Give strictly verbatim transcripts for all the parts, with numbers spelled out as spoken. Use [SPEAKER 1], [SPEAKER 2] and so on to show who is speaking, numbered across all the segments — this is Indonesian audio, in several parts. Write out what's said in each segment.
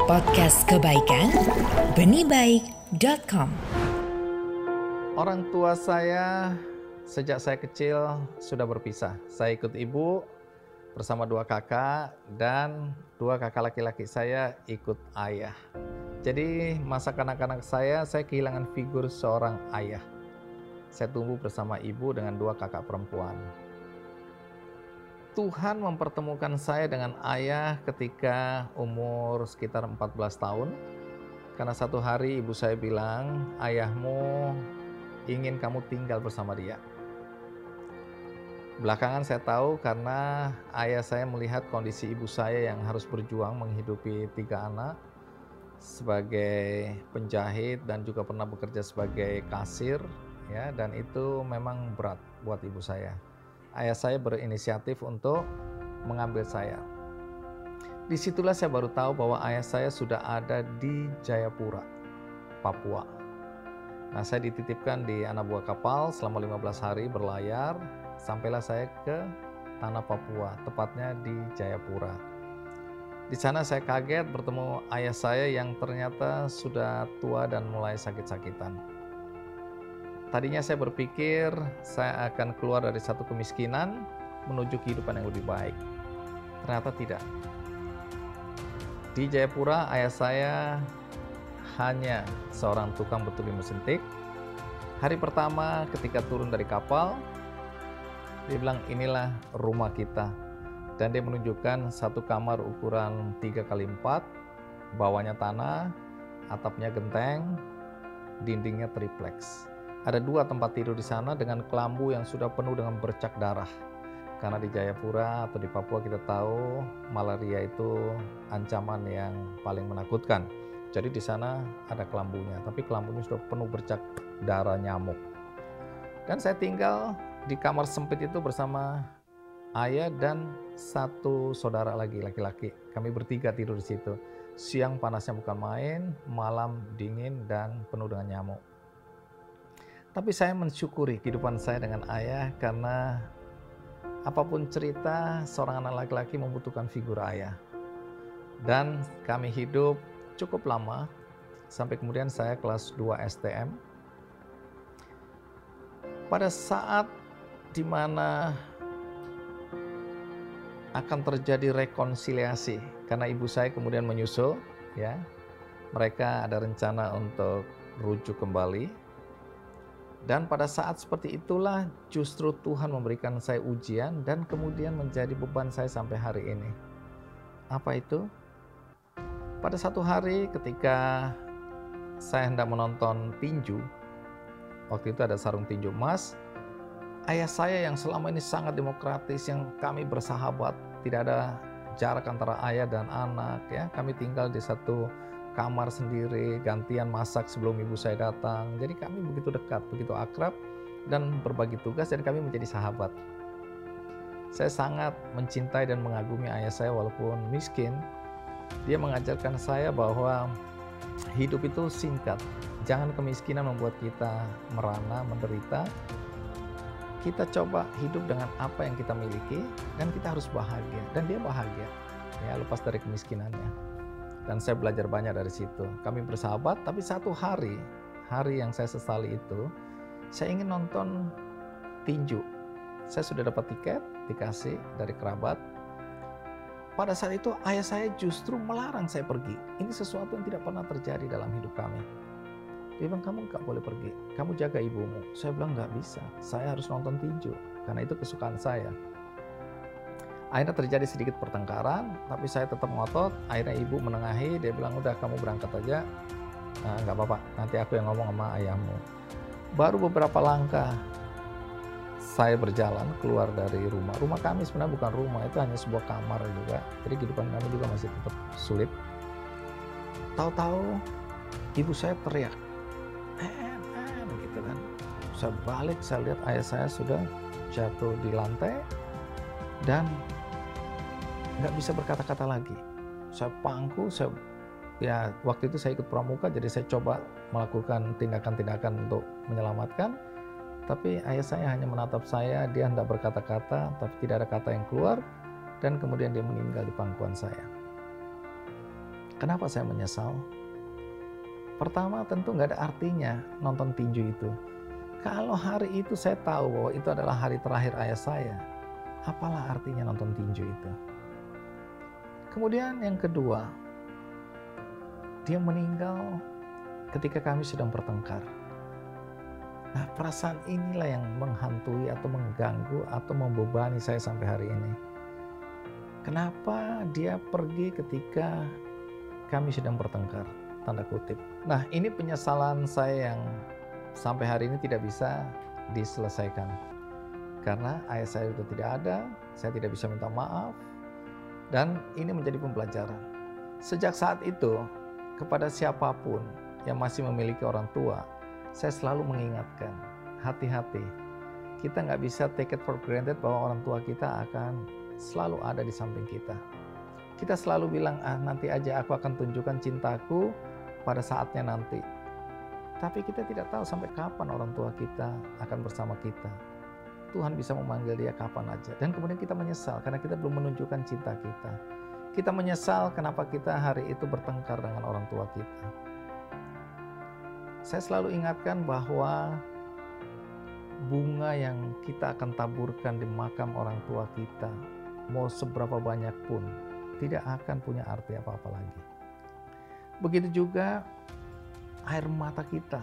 [SPEAKER 1] Podcast kebaikan benih baik dot com.
[SPEAKER 2] Orang tua saya sejak saya kecil sudah berpisah. Saya ikut ibu bersama dua kakak dan dua kakak laki-laki saya ikut ayah. Jadi masa kanak-kanak saya, saya kehilangan figur seorang ayah. Saya tumbuh bersama ibu dengan dua kakak perempuan. Tuhan mempertemukan saya dengan ayah ketika umur sekitar empat belas tahun. Karena satu hari ibu saya bilang, ayahmu ingin kamu tinggal bersama dia. Belakangan saya tahu karena ayah saya melihat kondisi ibu saya yang harus berjuang menghidupi tiga anak sebagai penjahit dan juga pernah bekerja sebagai kasir, ya, dan itu memang berat buat ibu saya. Ayah saya berinisiatif untuk mengambil saya. Disitulah saya baru tahu bahwa ayah saya sudah ada di Jayapura, Papua. Nah, saya dititipkan di anak buah kapal selama lima belas hari berlayar, sampailah saya ke tanah Papua, tepatnya di Jayapura. Di sana saya kaget bertemu ayah saya yang ternyata sudah tua dan mulai sakit-sakitan. Tadinya saya berpikir saya akan keluar dari satu kemiskinan menuju kehidupan yang lebih baik. Ternyata tidak. Di Jayapura ayah saya hanya seorang tukang betuli mesin tik. Hari pertama ketika turun dari kapal, dia bilang inilah rumah kita. Dan dia menunjukkan satu kamar ukuran tiga kali empat, bawahnya tanah, atapnya genteng, dindingnya triplex. Ada dua tempat tidur di sana dengan kelambu yang sudah penuh dengan bercak darah. Karena di Jayapura atau di Papua kita tahu malaria itu ancaman yang paling menakutkan. Jadi di sana ada kelambunya, tapi kelambunya sudah penuh bercak darah nyamuk. Dan saya tinggal di kamar sempit itu bersama ayah dan satu saudara lagi laki-laki. Kami bertiga tidur di situ. Siang panasnya bukan main, malam dingin dan penuh dengan nyamuk. Tapi saya mensyukuri kehidupan saya dengan ayah karena apapun cerita, seorang anak laki-laki membutuhkan figur ayah. Dan kami hidup cukup lama sampai kemudian saya kelas dua S T M. Pada saat di mana akan terjadi rekonsiliasi karena ibu saya kemudian menyusul, ya. Mereka ada rencana untuk rujuk kembali. Dan pada saat seperti itulah justru Tuhan memberikan saya ujian dan kemudian menjadi beban saya sampai hari ini. Apa itu? Pada satu hari ketika saya hendak menonton tinju, waktu itu ada sarung tinju emas, ayah saya yang selama ini sangat demokratis, yang kami bersahabat, tidak ada jarak antara ayah dan anak, ya. Kami tinggal di satu kamar sendiri, gantian masak sebelum ibu saya datang. Jadi kami begitu dekat, begitu akrab dan berbagi tugas dan kami menjadi sahabat. Saya sangat mencintai dan mengagumi ayah saya walaupun miskin. Dia mengajarkan saya bahwa hidup itu singkat. Jangan kemiskinan membuat kita merana, menderita. Kita coba hidup dengan apa yang kita miliki dan kita harus bahagia. Dan dia bahagia, ya, lepas dari kemiskinannya. Dan saya belajar banyak dari situ. Kami bersahabat, tapi satu hari, hari yang saya sesali itu, saya ingin nonton tinju. Saya sudah dapat tiket, dikasih dari kerabat. Pada saat itu ayah saya justru melarang saya pergi. Ini sesuatu yang tidak pernah terjadi dalam hidup kami. Dia bilang, kamu nggak boleh pergi, kamu jaga ibumu. Saya bilang, nggak bisa, saya harus nonton tinju, karena itu kesukaan saya. Akhirnya terjadi sedikit pertengkaran, tapi saya tetap ngotot. Akhirnya ibu menengahi, dia bilang, udah kamu berangkat aja, nah, nggak apa-apa, nanti aku yang ngomong sama ayahmu. Baru beberapa langkah saya berjalan keluar dari rumah. Rumah kami sebenarnya bukan rumah, itu hanya sebuah kamar juga. Jadi kehidupan kami juga masih tetap sulit. Tahu-tahu ibu saya teriak, en, en, gitu kan. Saya balik, saya lihat ayah saya sudah jatuh di lantai dan nggak bisa berkata-kata lagi. Saya pangku, saya ya waktu itu saya ikut pramuka, jadi saya coba melakukan tindakan-tindakan untuk menyelamatkan. Tapi ayah saya hanya menatap saya, dia hendak berkata-kata, tapi tidak ada kata yang keluar, dan kemudian dia meninggal di pangkuan saya. Kenapa saya menyesal? Pertama, tentu nggak ada artinya nonton tinju itu. Kalau hari itu saya tahu bahwa itu adalah hari terakhir ayah saya, apalah artinya nonton tinju itu? Kemudian yang kedua, dia meninggal ketika kami sedang bertengkar. Nah, perasaan inilah yang menghantui atau mengganggu atau membebani saya sampai hari ini. Kenapa dia pergi ketika kami sedang bertengkar? Tanda kutip. Nah, ini penyesalan saya yang sampai hari ini tidak bisa diselesaikan. Karena ayah saya sudah tidak ada, saya tidak bisa minta maaf, dan ini menjadi pembelajaran. Sejak saat itu, kepada siapapun yang masih memiliki orang tua, saya selalu mengingatkan, hati-hati. Kita nggak bisa take it for granted bahwa orang tua kita akan selalu ada di samping kita. Kita selalu bilang, ah nanti aja aku akan tunjukkan cintaku pada saatnya nanti. Tapi kita tidak tahu sampai kapan orang tua kita akan bersama kita. Tuhan bisa memanggil dia kapan aja. Dan kemudian kita menyesal karena kita belum menunjukkan cinta kita. Kita menyesal kenapa kita hari itu bertengkar dengan orang tua kita. Saya selalu ingatkan bahwa bunga yang kita akan taburkan di makam orang tua kita, mau seberapa banyak pun, tidak akan punya arti apa-apa lagi. Begitu juga air mata kita.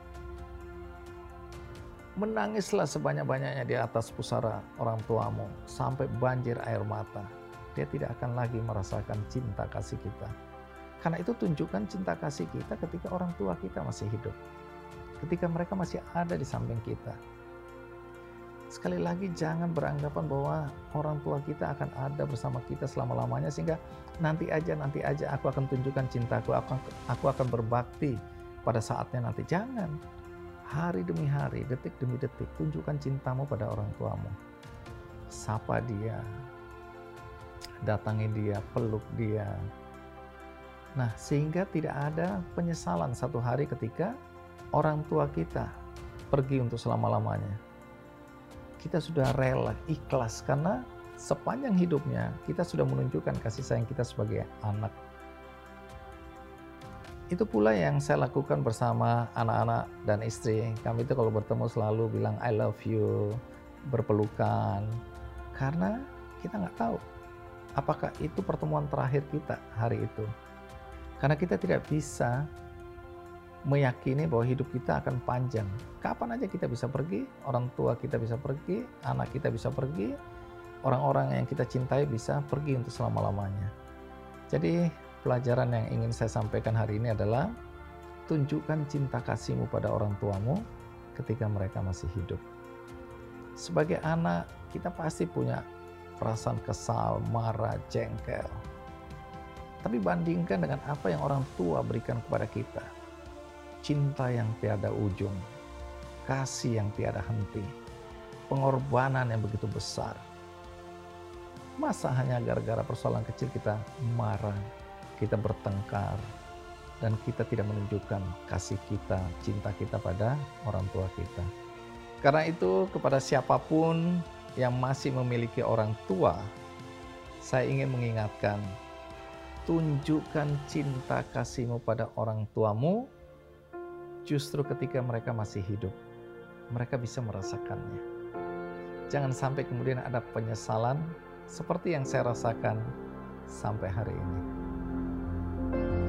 [SPEAKER 2] Menangislah sebanyak-banyaknya di atas pusara orang tuamu sampai banjir air mata. Dia tidak akan lagi merasakan cinta kasih kita. Karena itu tunjukkan cinta kasih kita ketika orang tua kita masih hidup. Ketika mereka masih ada di samping kita. Sekali lagi jangan beranggapan bahwa orang tua kita akan ada bersama kita selama-lamanya sehingga nanti aja, nanti aja aku akan tunjukkan cintaku, aku, aku akan berbakti pada saatnya nanti. Jangan. Hari demi hari, detik demi detik, tunjukkan cintamu pada orang tuamu. Sapa dia, datangi dia, peluk dia. Nah, sehingga tidak ada penyesalan satu hari ketika orang tua kita pergi untuk selama-lamanya. Kita sudah rela, ikhlas, karena sepanjang hidupnya kita sudah menunjukkan kasih sayang kita sebagai anak. Itu pula yang saya lakukan bersama anak-anak dan istri. Kami itu kalau bertemu selalu bilang I love you, berpelukan. Karena kita nggak tahu apakah itu pertemuan terakhir kita hari itu. Karena kita tidak bisa meyakini bahwa hidup kita akan panjang. Kapan aja kita bisa pergi, orang tua kita bisa pergi, anak kita bisa pergi, orang-orang yang kita cintai bisa pergi untuk selama-lamanya. Jadi pelajaran yang ingin saya sampaikan hari ini adalah tunjukkan cinta kasihmu pada orang tuamu ketika mereka masih hidup. Sebagai anak, kita pasti punya perasaan kesal, marah, jengkel. Tapi bandingkan dengan apa yang orang tua berikan kepada kita. Cinta yang tiada ujung, kasih yang tiada henti, pengorbanan yang begitu besar. Masa hanya gara-gara persoalan kecil kita marah, kita bertengkar, dan kita tidak menunjukkan kasih kita, cinta kita pada orang tua kita. Karena itu kepada siapapun yang masih memiliki orang tua, saya ingin mengingatkan, tunjukkan cinta kasihmu pada orang tuamu justru ketika mereka masih hidup. Mereka bisa merasakannya. Jangan sampai kemudian ada penyesalan seperti yang saya rasakan sampai hari ini.